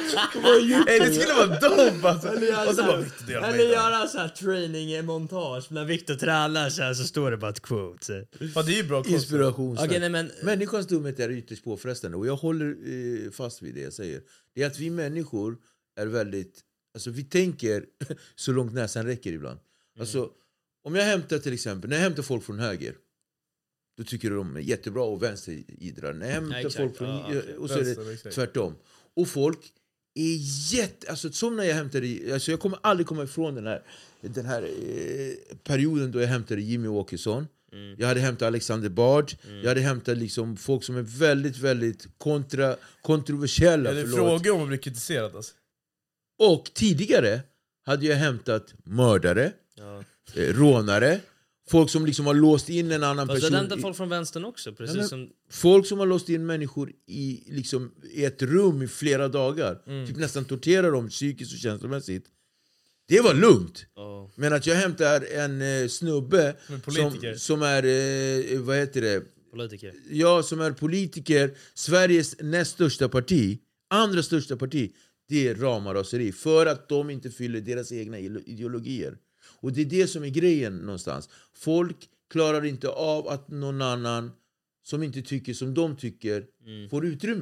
Det skulle vara dope alltså. Och så bara Victor Delmeida. Eller göra så här training-montage. När Victor tränar så här så står det bara ett quote. Ja, det är ju bra koncept. Inspiration. Okej, nej, men... Människans dumhet är ytterst påfrestande. Och jag håller fast vid det jag säger. Det är att vi människor är väldigt... Alltså vi tänker så långt näsan räcker ibland. Alltså, om jag hämtar till exempel... När jag hämtar folk från höger, då tycker de är jättebra och vänsteridrar. När jag hämtar folk från... och så är det tvärtom. Och folk är alltså som när jag hämtade... Alltså jag kommer aldrig komma ifrån den här perioden då jag hämtade Jimmy Åkesson. Jag hade hämtat Alexander Bard. Jag hade hämtat liksom folk som är väldigt, väldigt kontroversiella. Det är frågor om att bli kritiserad alltså. Och tidigare hade jag hämtat mördare, rånare, folk som liksom har låst in en annan person. Fast du hade hämtat folk från vänstern också, precis som... Folk som har låst in människor i ett rum i flera dagar. Typ nästan torterar dem psykiskt och känslomässigt. Det var lugnt. Men att jag hämtar en snubbe som är, vad heter det? Politiker. Ja, som är politiker, Sveriges näst största parti, andra största parti, det är ramaraseri. För att de inte fyller deras egna ideologier. Och det är det som är grejen någonstans. Folk klarar inte av att någon annan som inte tycker som de tycker får utrymme.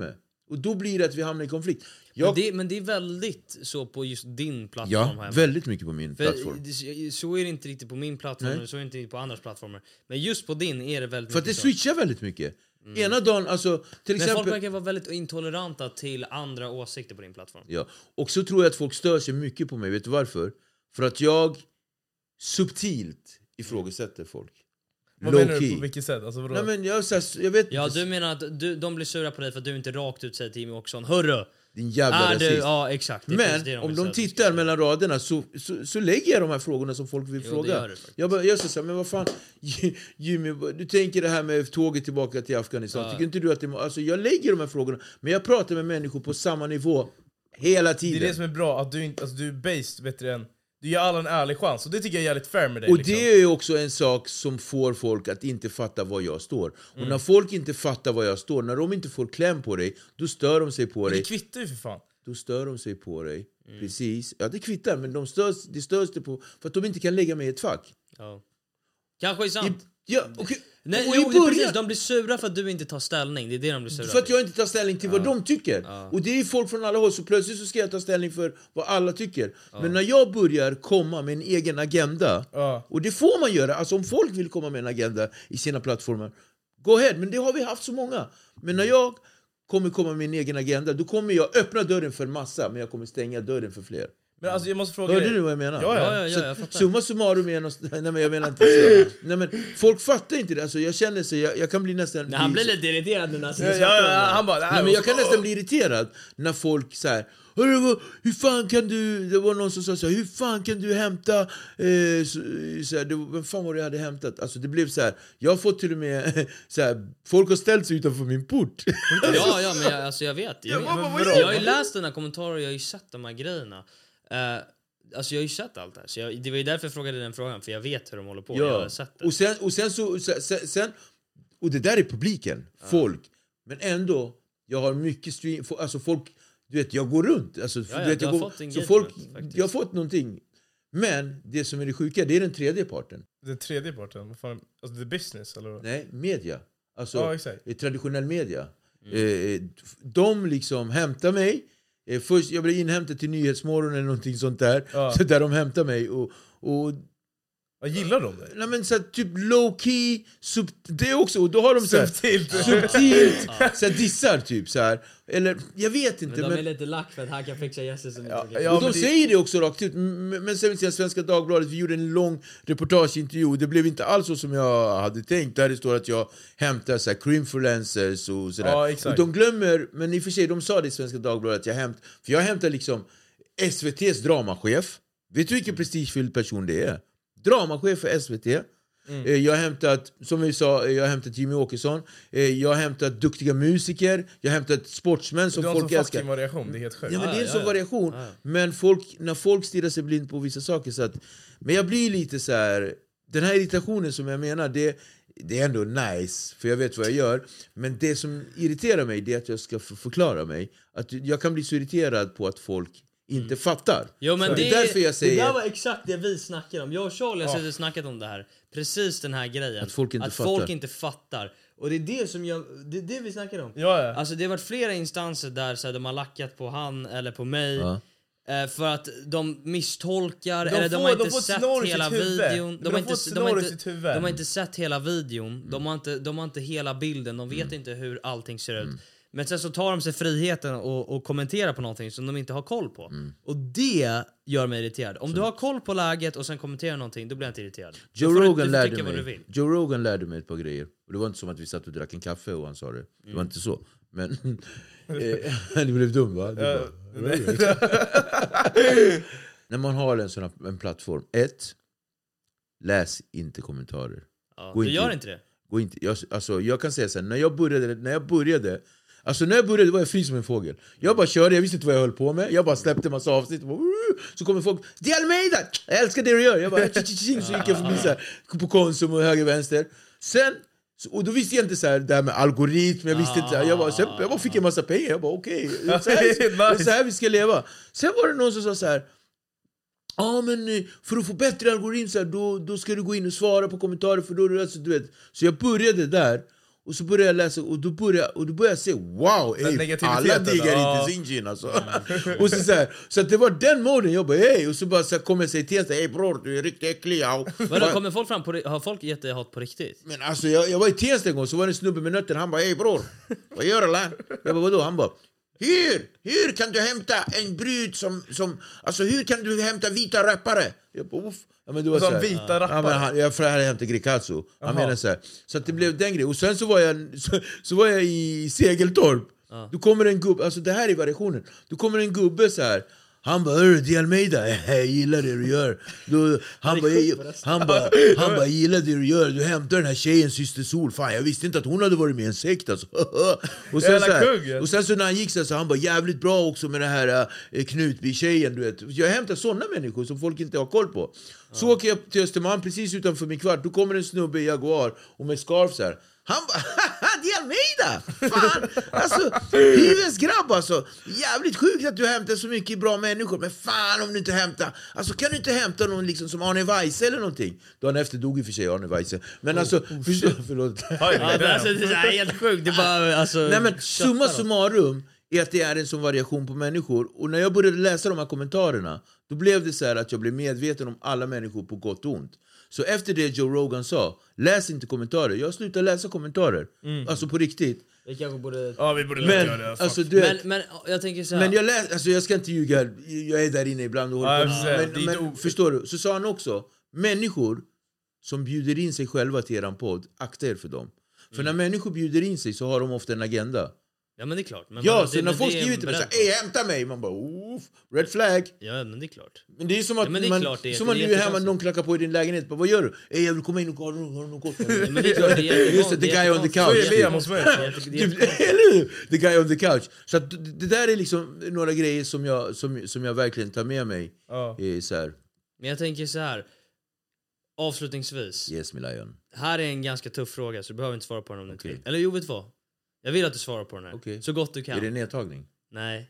Och då blir det att vi hamnar i konflikt. Men det är väldigt så på just din plattform. Ja, här. väldigt mycket på min plattform. Så är det inte riktigt på min plattform, och så är det inte riktigt på andras plattformar. Men just på din är det väldigt För att det mycket switchar väldigt mycket. Ena dagen, alltså till Men exempel... folk verkar vara väldigt intoleranta till andra åsikter på din plattform. Ja, och så tror jag att folk stör sig mycket på mig. Vet du varför? För att jag subtilt ifrågasätter folk. Vad Low menar du key. på vilket sätt? Alltså, vadå? Nej, men jag vet Ja, inte. du menar att de blir sura på dig för att du inte rakt ut säger till Jimmy Åkesson: Hörru! Din jävla Är du... rasist. Ja, exakt. Det är precis det Men om vill de säga. tittar mellan raderna så lägger jag de här frågorna som folk vill Jo, fråga. det gör du faktiskt. Jag säger så här, men vad fan Jimmy, du tänker det här med tåget tillbaka till Afghanistan. Ja. Tycker inte du att det... Alltså jag lägger de här frågorna, men jag pratar med människor på samma nivå hela Det tiden. är det som är bra, att du inte, alltså, du är based bättre än... Du ger alla en ärlig chans, och det tycker jag är jävligt fair med dig. Och liksom. det är ju också en sak som får folk att inte fatta var jag står. Och när folk inte fattar var jag står, när de inte får kläm på dig, då stör de sig på Men dig. det kvittar ju för fan. Då stör de sig på dig. Precis. Ja, det kvittar, men det störs det på för att de inte kan lägga mig i ett fack. Ja. Kanske är sant. Ja, okay. Nej, Och jo, i det är början, precis. De blir sura för att du inte tar ställning. Det är det de blir sura för att jag inte tar ställning till vad de tycker. Ja. Och det är folk från alla håll, så plötsligt så ska jag ta ställning för vad alla tycker. Men när jag börjar komma med en egen agenda, Ja. och det får man göra, alltså om folk vill komma med en agenda i sina plattformar, go ahead, men det har vi haft så många. Men när jag kommer komma med en egen agenda, då kommer jag öppna dörren för en massa, men jag kommer stänga dörren för fler. Men alltså jag måste fråga Hörde dig. du vad jag menar? Ja. Ja, jag fattar. Summa summarum är nej, men jag menar inte så. Nej, men folk fattar inte det. Alltså, jag känner sig, jag kan bli nästan... Nej, han blir lite irriterad nu när han Han bara, Nej, men jag kan nästan bli irriterad när folk så här, hur fan kan du... Det var någon som sa så här, hur fan kan du hämta... så här, vem fan var det jag hade hämtat? Alltså det blev så här, jag har fått till och med... Så här, folk har ställt sig utanför min port. Ja, men jag vet. Jag har ju läst dina kommentarer och jag har ju sett de här grejerna. Alltså jag har ju sett allt det här. Så det var ju därför jag frågade den frågan, för jag vet hur de håller på. Jag har sett det. Och sen och det där är publiken, folk. Men ändå, jag har mycket stream, alltså folk, du vet, jag går runt. Alltså, Ja, du vet, du jag har går, fått så engagement, folk, faktiskt. jag har fått någonting. Men det som är det sjuka, det är den tredje parten. Den tredje parten, vad fan, alltså the business eller vad? Nej, media. Alltså, Ja, exakt. traditionell media. De liksom hämtar mig. Först, jag blir inhämtad till Nyhetsmorgon eller någonting sånt där. Ja. Så där de hämtar mig. Och Vad gillar de det? nej, men så här, typ low key, det också, och då har de så här, Subtilt. subtilt så här, dissar typ så här. Eller jag vet inte, Men de är men lite lack för att han kan fixa gäster som Ja, inte och de men det- säger det också rakt ut. Men sen Svenska Dagbladet, vi gjorde en lång reportageintervju, och det blev inte alls så som jag hade tänkt. Där det står att jag hämtar så här crimefluencers och sådär. Ja, exakt. Och de glömmer, men i och för sig, de sa det i Svenska Dagbladet att jag hämtar liksom SVT:s dramachef. Vet du vilken prestigefylld person det är? Dramachef för SVT. Jag har hämtat, som vi sa, jag har hämtat Jimmy Åkesson. Jag har hämtat duktiga musiker. Jag har hämtat sportsmän som Du har en folk sån älskar. fucking variation, det är helt sjukt. Ja, men det är en Ja, sån ja. variation. Ja. Men när folk stirrar sig blind på vissa saker, så att, men jag blir lite så här, den här irritationen som jag menar, det är ändå nice, för jag vet vad jag gör. Men det som irriterar mig, det är att jag ska få förklara mig. Att jag kan bli så irriterad på att folk inte fattar. Jo, men Så det är därför jag det säger där var exakt det vi snackade om. Jag och Charlie har suttit och snackat om det här. Precis den här grejen. Att folk inte fattar. Folk inte fattar. Och det är det som det är det vi snackar om. Ja. Alltså det har varit flera instanser där så här, de har lackat på han eller på mig. Ja. För att de misstolkar, De eller de får- har de inte får ett sett scenario i hela sitt huvud. videon. Men de får ett scenario i sitt huvud. De har inte sett hela videon. De har inte hela bilden. De vet inte hur allting ser ut. Men sen så tar de sig friheten och kommenterar på någonting som de inte har koll på. Och det gör mig irriterad. Om du har koll på läget och sen kommenterar någonting, då blir jag inte irriterad. Joe Då får Rogan du lärde tycka vad du mig. vill. Joe Rogan lärde mig ett par grejer. Och det var inte som att vi satt och drack en kaffe och han sa det. Det var inte så. Men det blev dum, va? Det när man har en plattform. 1. Läs inte kommentarer. Ja, Gå du inte gör in. inte det? Gå inte, jag kan säga så här, när jag började var jag fri som en fågel. Jag bara körde, jag visste inte vad jag höll på med. Jag bara släppte massa avsnitt och bara, så kommer folk, det är Almeida! Jag älskar det du gör. Jag bara, så gick jag förbi så här, på Konsum och höger vänster. Sen, och då visste jag inte så här, det här med algoritm, jag visste inte så här, jag bara fick en massa pengar. Jag bara okej, det är så här vi ska leva. Sen var det någon som sa så här, ja, men för att få bättre algoritm så här, då ska du gå in och svara på kommentarer, för då, alltså, du vet. Så jag började där, Och så började jag läsa och då började jag se wow, alla diggar inte Zinjin alltså. Och så här, så att det var den moden jag bara och så bara så kommer jag säga till bror, du är riktigt äcklig. Men kommer folk fram på har folk gett dig hat på riktigt? Men alltså jag var i Tensta en gång, så var det en snubbe med nötter, han bara bror, vad gör du lan? Jag bara vadå? Han bara hur kan du hämta en brud som alltså hur kan du hämta vita rappare? Jag bara ja, men det var så vita rappare. Ja, men jag hade hämtat Grikatsu. Han menar så här. Så att det blev den grejen. Och sen så var jag i Segeltorp. Då kommer en gubbe, alltså det här är variationen. Då kommer en gubbe så här. Han bara, Di Almeida, jag gillar det du gör. Han bara, gillar det du gör. Du hämtar den här tjejen, Syster Sol. Fan, jag visste inte att hon hade varit med i en sekt alltså. och sen så när han gick så han bara, jävligt bra också med det här Knutby-tjejen, du vet. Jag hämtar sådana människor som folk inte har koll på. Så åker jag till Östermalm precis utanför min kvart. Då kommer en snubbe i Jaguar och med scarf så här. Han bara, Di Almeida! Fan! Alltså, hyvens grabb alltså. Jävligt sjukt att du hämtar så mycket bra människor. Men fan om du inte hämtar. Alltså kan du inte hämta någon liksom som Arne Weise eller någonting? Dagen efter dog i för sig Arne Weise. Men alltså, förlåt. Alltså, det är helt sjukt. Det är bara, alltså, nej men summa summarum är att det är en sån variation på människor. Och när jag började läsa de här kommentarerna, då blev det så här att jag blev medveten om alla människor på gott och ont. Så efter det Joe Rogan sa, läs inte kommentarer. Jag slutar läsa kommentarer. Alltså på riktigt. Vi kanske borde... Ja, vi borde läsa det. Alltså, men jag tänker så här. Men jag ska inte ljuga. Jag är där inne ibland och men förstår du? Så sa han också, människor som bjuder in sig själva till eran podd, akta er för dem. För när människor bjuder in sig så har de ofta en agenda. Ja, men det är klart. Men så när folk skriver till mig såhär, hämta mig, man bara, red flag. Ja, men det är klart. Men det är som att som att du är hemma, någon klackar på i din lägenhet. Vad gör du? Jag vill komma in och har något gott. Men det är klart, just det, the guy on the couch. Eller hur? The guy on the couch. Så att det där är liksom några grejer som jag verkligen tar med mig. Så här. Men jag tänker så här. Avslutningsvis. Yes, Milayon. Här är en ganska tuff fråga, så du behöver inte svara på den om du inte vill. Eller jo, vet du vad? Jag vill att du svarar på den här. Okay. Så gott du kan. Är det nedtagning? Nej.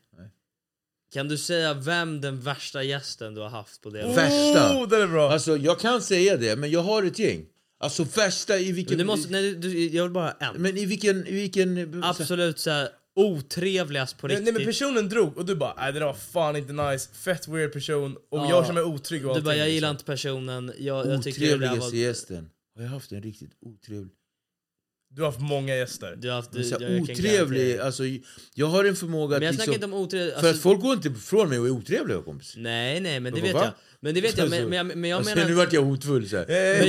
Kan du säga vem den värsta gästen du har haft på det? Värsta? Det är bra. Alltså, jag kan säga det, men jag har ett gäng. Alltså, värsta i vilken... Men du måste, jag vill bara en. Men i vilken... Absolut så här, otrevligast på riktigt. Nej, men personen drog och du bara, nej det där var fan inte nice. Fett weird person. Och jag känner mig otrygg och allting. Du bara, jag gillar inte personen. Jag tycker det var... gästen. Har jag haft en riktigt otrevlig... Du har haft många gäster. Du har haft otrevlig, alltså jag har en förmåga att men jag liksom, inte om otrevlig, för att folk går inte från mig och är otrevliga, kompis. Nej, men det vet jag. Men det vet jag, men jag alltså, menar... Nu vart jag hotfull så här.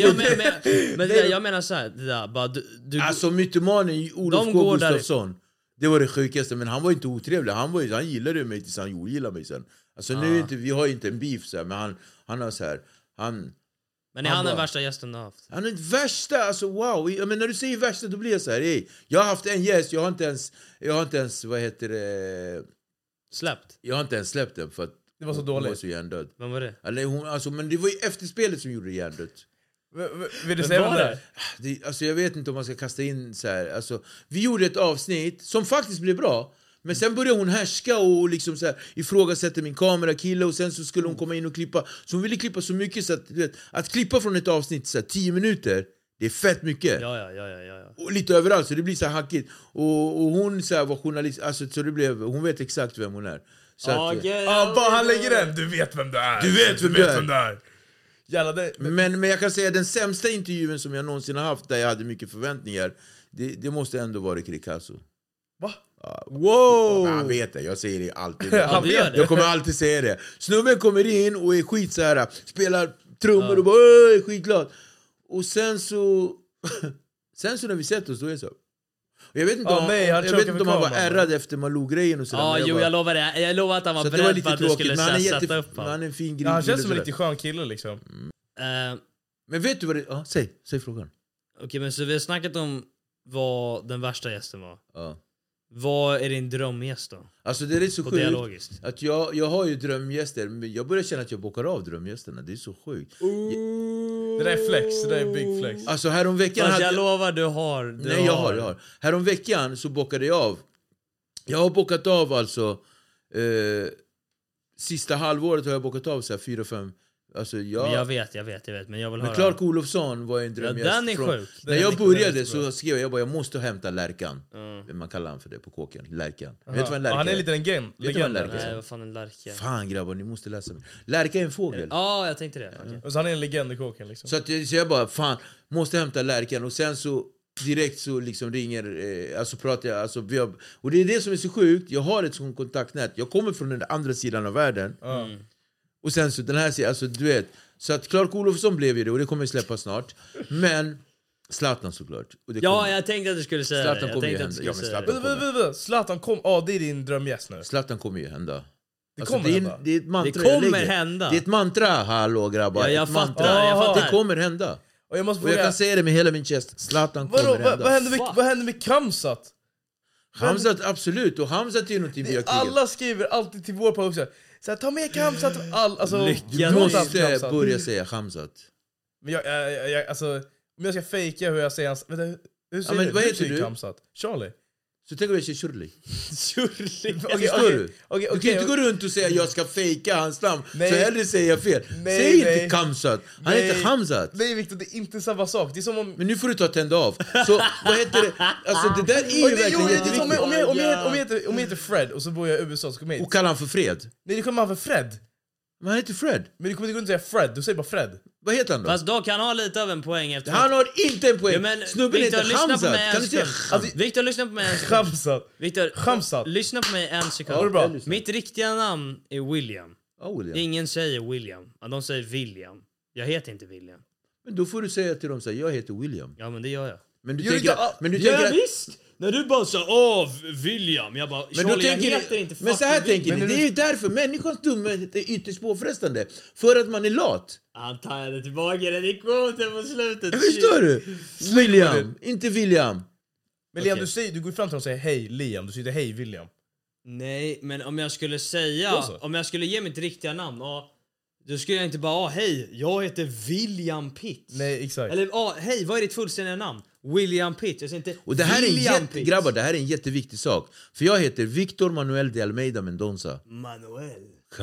Men jag menar så här, det där, bara du alltså mytomanen Olof K. Gustafsson. Det var det sjukaste, men han var inte otrevlig. Han gillade mig tills han ogillade mig sen. Alltså nu är inte, vi har inte en beef så här, men han har så här, men är han den värsta gästen du har haft? Han är den värsta, alltså wow. Men när du säger värsta, då blir jag så här, jag har haft en gäst, jag har inte ens vad heter det, släppt. Jag har inte ens släppt den för att det var så dåligt. Hon var så hjärndöd. Vem var det? Alltså, men det var ju efterspelet som gjorde det hjärndött. Vill du säga vad det är? Alltså jag vet inte om man ska kasta in så här. Alltså, vi gjorde ett avsnitt som faktiskt blev bra. Men sen började hon härska och liksom så här, ifrågasätta min kamerakille. Och sen så skulle hon komma in och klippa. Så hon ville klippa så mycket så att, du vet, att klippa från ett avsnitt så här, 10 minuter, det är fett mycket. Ja. Och lite överallt, så det blir så här hackigt. Och hon så här, var journalist, alltså, så det blev, hon vet exakt vem hon är. Så bara han lägger den, du vet vem du är. Du vet vem du är. Jävla det. Men jag kan säga den sämsta intervjun som jag någonsin har haft, där jag hade mycket förväntningar, det måste ändå vara Krikasso. Va? Wow! Han vet det, jag säger det alltid. Jag kommer alltid säga det. Snubben kommer in och är skit så här, spelar trummor och bara är skitglad. Och sen så när vi sätter oss, då är det så. Och jag vet inte om han var ärrad efter Malou-grejen och sådär. Jag lovar det. Jag lovar att han var beredd på att du skulle sätta upp han är en fin han känns som en riktigt skön kille liksom. Men vet du vad det... säg frågan. Okej, men så vi har snackat om vad den värsta gästen var. Ja. Vad är din drömgäst då? Alltså det är så sjukt att jag har ju drömgäster, men jag börjar känna att jag bockar av drömgästerna. Det är så sjukt. Det där är flex, det där är big flex. Alltså häromveckan jag lovar du har. Jag har. Häromveckan så bockade jag av. Jag har bockat av alltså sista halvåret har jag bockat av så här 4-5. Alltså Men jag jag vet, men jag vill höra. Men Clark Olofsson var en drömgäst. den är sjuk. När jag började så skrev jag måste hämta Lärkan. Man kallar han för det på kåken, Lärkan. Vet du vad en Lärka är? Han är lite en Vet du vad en Lärka Nej, är? vad fan en lärka. Fan grabbar, ni måste läsa mig. Lärka är en fågel. Ja, jag tänkte det. Okej. Och så han är en legend i kåken liksom. Så jag bara, fan, måste hämta Lärkan. Och sen så direkt så liksom ringer, alltså pratar jag, alltså och det är det som är så sjukt. Jag har ett sånt kontaktnät. Jag kommer från den andra sidan av världen. Och sen så den här sidan, alltså du vet. Så att Clark Olofsson blev ju det, och det kommer släppa snart. Men Zlatan såklart. Och det Ja, kommer. jag tänkte att du skulle säga Zlatan det. Jag kommer ju tänkte att du hända. skulle Ja, men säga det. Zlatan kom, det är din drömgäst nu. Zlatan kommer ju hända. Det Alltså, kommer hända. det är ett mantra Det jag kommer lägger. hända. Det är ett mantra, hallå grabbar. Ja, jag ett fattar, mantra. jag fattar. Det kommer hända. Och jag måste Och jag fråga, kan säga det med hela min chest. Zlatan kommer vadå, hända. vad händer med Kramsat? Hamzat, absolut. Och Hamzat är ju någonting vi har krigat. Alla skriver alltid till vår podd också. Så här, ta med Kramsat. Alltså, Lycka Du till. måste börja säga Hamzat. Men jag, alltså, om jag ska fejka hur jag säger hans... Vänta, hur säger men du? vad Hur heter säger du? Kramsat? Charlie? Så tänker jag säga Shirley. Förstår du? Du kan inte gå runt och säga jag ska fejka hans namn. Nej. Så hellre säger jag fel. Nej, Säg nej. inte Kamsat. Han Nej. heter Hamzat. Nej Victor, det är inte samma sak. Det är som om... Men nu får du ta tända av. Så vad heter det? Alltså det där är ju verkligen jätteviktigt. Om jag heter Fred och så bor jag i USA så kommer jag hit. Och kallar han för Fred. Nej, det kommer han för Fred. Men han heter Fred. Men du kommer inte säga Fred, du säger bara Fred. Vad heter han då? Fast då kan han ha lite av en poäng efter. Han har inte en poäng. Ja, men Snubben Victor, heter lyssna på Hamzat. mig en Kan du säga sekund. Victor, lyssna på mig en sekund. Kramsat. Victor, Kramsat. lyssna på mig en Ja, det är sekund. bra. Mitt riktiga namn är William. Ja, William. Ingen säger William. Ja, de säger William. Jag heter inte William. Men då får du säga till dem så här, jag heter William. Ja, men det gör jag. Men du Gör tänker... inte- Men du Ja, tänker... visst! När du bara sa William, jag bara Men då Charlie, jag tänker heter ni, inte men så här fucking tänker ni, Men det är ju därför människans dumhet är ytterst påfrestande. För att man är lat. Han tar tillbaka den i kvoten på slutet. Förstår du? William, inte William. Men Liam, Okej. du går fram till honom och säger hej Liam, du säger hej William. Nej, men om jag skulle Då säga, så. om jag skulle ge mitt riktiga namn, då skulle jag inte bara, hej, jag heter William Pitt. Nej, exakt. Eller, hej, vad är ditt fullständiga namn? William Pitt. Jag säger inte Och det här William Pitt. grabbar, det här är en jätteviktig sak. För jag heter Victor Manuel de Almeida Mendoza. Manuel.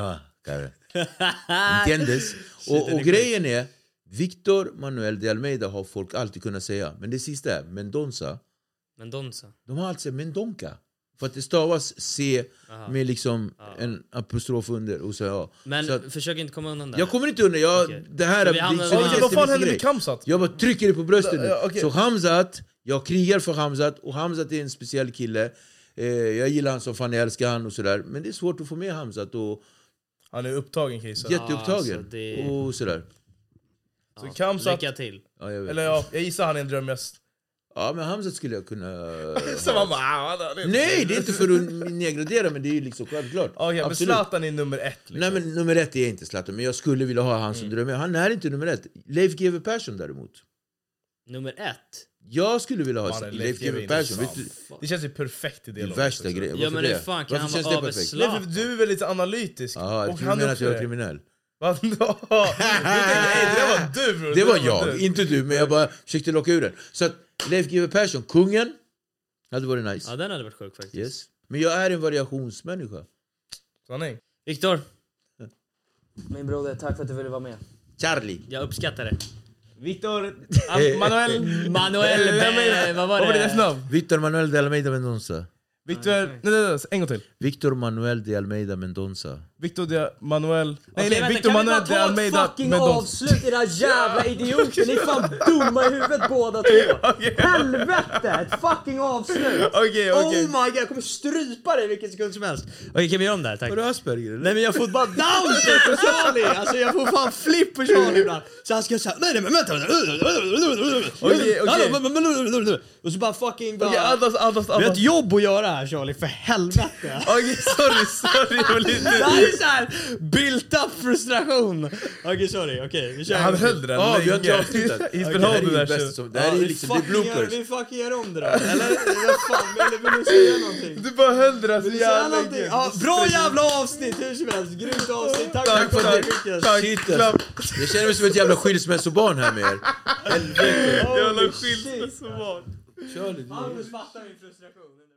Entiendes? Och grejen är, Victor Manuel de Almeida har folk alltid kunnat säga. Men det sista är Mendoza. Mendoza. De har alltid sagt Mendonca. För att det stavas C med liksom en apostrof under. Och så, ja. Men Så att, försök inte komma undan där. jag kommer inte undan. Okej. Det här Så är vi hamnar- liksom en Okej, Vad fan jätteviktig händer grej. med Kramsat? Jag bara trycker det på bröstet nu. Ja, okej. Så Hamzat, jag krigar för Hamzat. Och Hamzat är en speciell kille. Jag gillar han som fan, jag älskar han och sådär. Men det är svårt att få med Hamzat. Och Han är upptagen Kisa. jätteupptagen. alltså, det- Och sådär. Så Kramsat, Lycka till. Ja, jag vet. eller ja, jag gissar han är en drömgäst. Ja, men Hamzat skulle jag kunna... Så man bara, Nej, det är inte för att nedgradera, men det är ju liksom självklart. Okej, men Absolut. Zlatan är nummer 1 liksom. Nej, men nummer 1 är inte Zlatan, men jag skulle vilja ha han som drömmer. Han är inte nummer 1. Leif GW Persson däremot. Nummer 1. Jag skulle vilja ha Fan, Leif GW in. Persson. Fan. Vet du, Det känns ju perfekt i det det är laget värsta också. grejen. Ja, Varför men det det? är fan, kan Varför han känns vara det över perfekt? Nej, för du är väl lite analytisk? Ja, och du han menar är att jag är också det. kriminell? Va? Nej, det var du bror. Det var jag, inte du, men jag bara försökte locka ur den. Så att Leif GW Persson, kungen, hade varit nice. Ja, den hade varit sjuk faktiskt. Yes. Men jag är en variationsmänniska. Sanning. Viktor. Min broder, tack för att du ville vara med. Charlie. Jag uppskattar det. Victor, Manuel, Vad var det? Vad var ditt namn? Victor Manuel de Almeida Mendoza. Victor, nej, en gång till. Victor Manuel de Almeida Mendoza. Victor de Manuel. Okej, Nej, vänta, Victor kan vi Manuel bara de ta ett Almeida fucking Mendoza. avslut, era jävla idioter? Ni är fan dumma i huvudet båda två. Helvete, ett fucking avslut. Okej. Oh my god, jag kommer strypa dig vilken sekund som helst. Okej, kan vi göra om det här? Tack. Har du Asperger eller? Nej, men jag får bara down på Charlie. Alltså jag får fan flipp på Charlie ibland. Så han ska säga nej men vänta. Okej. Och så bara fucking bara. Okej, andas. Vi har ett jobb att göra här Charlie, för helvete. Okej, sorry. Jag var Det lite... här är såhär built up frustration. Okej, sorry, vi kör. Han höll den Ja, vi har inte länge. avslutat. He's Det been här är holding ju that bästa shit. som... Det här är ju liksom, det är bloopers. Vi fucking gör om det då. Eller vad fan, eller vill du säga någonting? Du bara höll den så Vill du säga jävla någonting? länge. Ja, bra jävla avsnitt, hur som helst. Grymt avsnitt. Tack för att du fick oss. Shit, alltså. Jag känner mig som ett jävla skilsmässobarn här med er. Jävla Holy skilsmässobarn. shit. Magnus fattar min frustration.